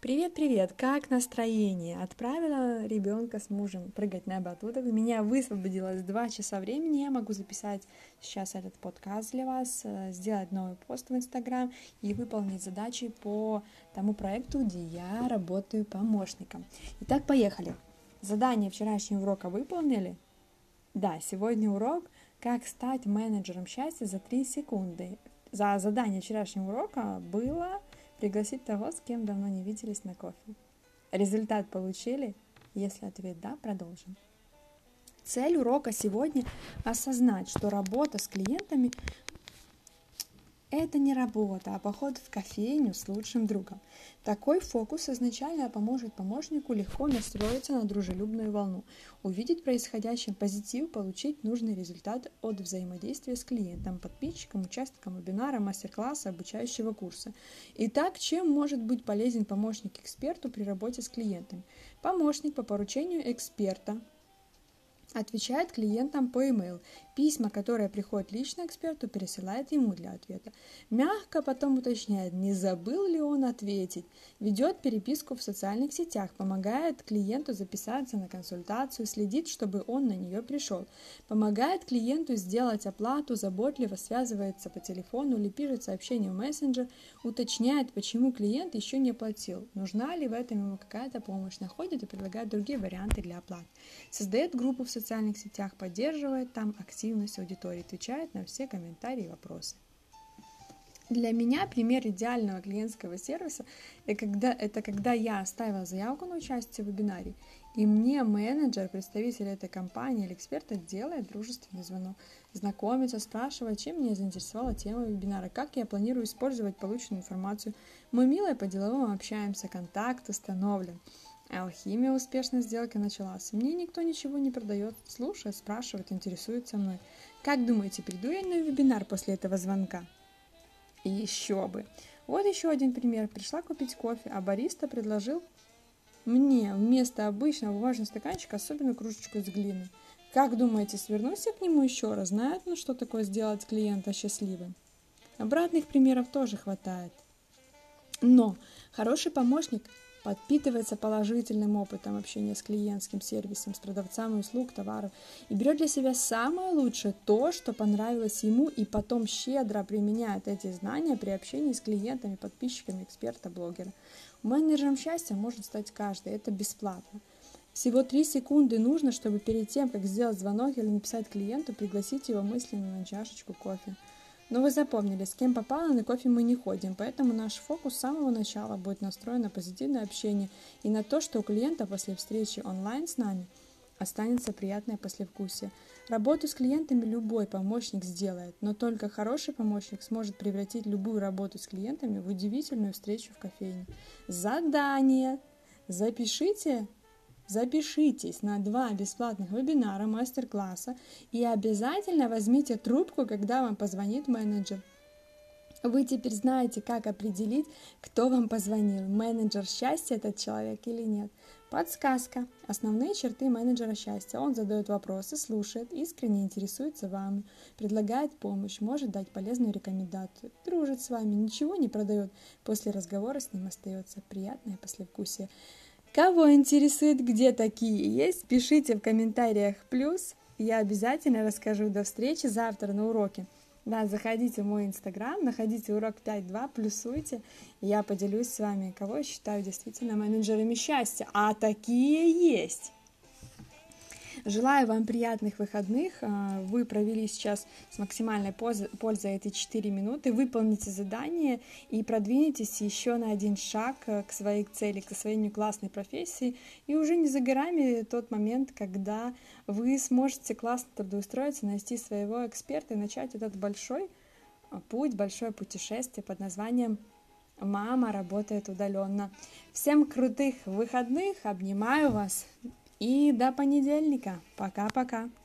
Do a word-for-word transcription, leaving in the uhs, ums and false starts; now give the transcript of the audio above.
Привет-привет, как настроение? Отправила ребенка с мужем прыгать на батутах. У меня высвободилось два часа времени. Я могу записать сейчас этот подкаст для вас, сделать новый пост в Инстаграм и выполнить задачи по тому проекту, где я работаю помощником. Итак, поехали. Задание вчерашнего урока выполнили? Да, сегодня урок «Как стать менеджером счастья за три секунды». За задание вчерашнего урока было пригласить того, с кем давно не виделись, на кофе. Результат получили? Если ответ «да», продолжим. Цель урока сегодня – осознать, что работа с клиентами – это не работа, а поход в кофейню с лучшим другом. Такой фокус изначально поможет помощнику легко настроиться на дружелюбную волну, увидеть происходящий позитив, получить нужный результат от взаимодействия с клиентом, подписчиком, участником вебинара, мастер-класса, обучающего курса. Итак, чем может быть полезен помощник эксперту при работе с клиентами? Помощник по поручению эксперта отвечает клиентам по e-mail. Письма, которые приходят лично эксперту, пересылает ему для ответа. Мягко потом уточняет, не забыл ли он ответить. Ведет переписку в социальных сетях, помогает клиенту записаться на консультацию, следит, чтобы он на нее пришел. Помогает клиенту сделать оплату, заботливо связывается по телефону или пишет сообщение в мессенджер, уточняет, почему клиент еще не оплатил, нужна ли в этом ему какая-то помощь, находит и предлагает другие варианты для оплаты. Создает группу в социальных сетях, поддерживает там активность аудитории, отвечает на все комментарии и вопросы. Для меня пример идеального клиентского сервиса – это когда, это когда я оставила заявку на участие в вебинаре, и мне менеджер, представитель этой компании или эксперта делает дружественный звонок, знакомится, спрашивает, чем меня заинтересовала тема вебинара, как я планирую использовать полученную информацию. Мы мило и по-деловому общаемся, контакт установлен. Алхимия успешной сделки началась. Мне никто ничего не продает, слушает, спрашивает, интересуется мной. Как думаете, приду я на вебинар после этого звонка? И еще бы. Вот еще один пример. Пришла купить кофе, а бариста предложил мне вместо обычного бумажного стаканчика особенную кружечку из глины. Как думаете, свернусь я к нему еще раз? Знает, ну что такое сделать клиента счастливым? Обратных примеров тоже хватает. Но хороший помощник подпитывается положительным опытом общения с клиентским сервисом, с продавцами услуг, товаров и берет для себя самое лучшее, то, что понравилось ему, и потом щедро применяет эти знания при общении с клиентами, подписчиками, эксперта, блогера. Менеджером счастья может стать каждый, это бесплатно. Всего три секунды нужно, чтобы перед тем, как сделать звонок или написать клиенту, пригласить его мысленно на чашечку кофе. Но вы запомнили, с кем попало, на кофе мы не ходим, поэтому наш фокус с самого начала будет настроен на позитивное общение и на то, что у клиента после встречи онлайн с нами останется приятное послевкусие. Работу с клиентами любой помощник сделает, но только хороший помощник сможет превратить любую работу с клиентами в удивительную встречу в кофейне. Задание! Запишите! Запишитесь на два бесплатных вебинара, мастер-класса и обязательно возьмите трубку, когда вам позвонит менеджер. Вы теперь знаете, как определить, кто вам позвонил, менеджер счастья этот человек или нет. Подсказка. Основные черты менеджера счастья. Он задает вопросы, слушает, искренне интересуется вами, предлагает помощь, может дать полезную рекомендацию, дружит с вами, ничего не продает. После разговора с ним остается приятное послевкусие. Кого интересует, где такие есть, пишите в комментариях плюс, я обязательно расскажу. До встречи завтра на уроке. Да, заходите в мой инстаграм, находите урок пять два, плюсуйте, и я поделюсь с вами, кого я считаю действительно менеджерами счастья, а такие есть. Желаю вам приятных выходных. Вы провели сейчас с максимальной пользой эти четыре минуты. Выполните задание и продвинетесь еще на один шаг к своей цели, к освоению классной профессии. И уже не за горами тот момент, когда вы сможете классно трудоустроиться, найти своего эксперта и начать этот большой путь, большое путешествие под названием «Мама работает удаленно». Всем крутых выходных. Обнимаю вас. И до понедельника. Пока-пока.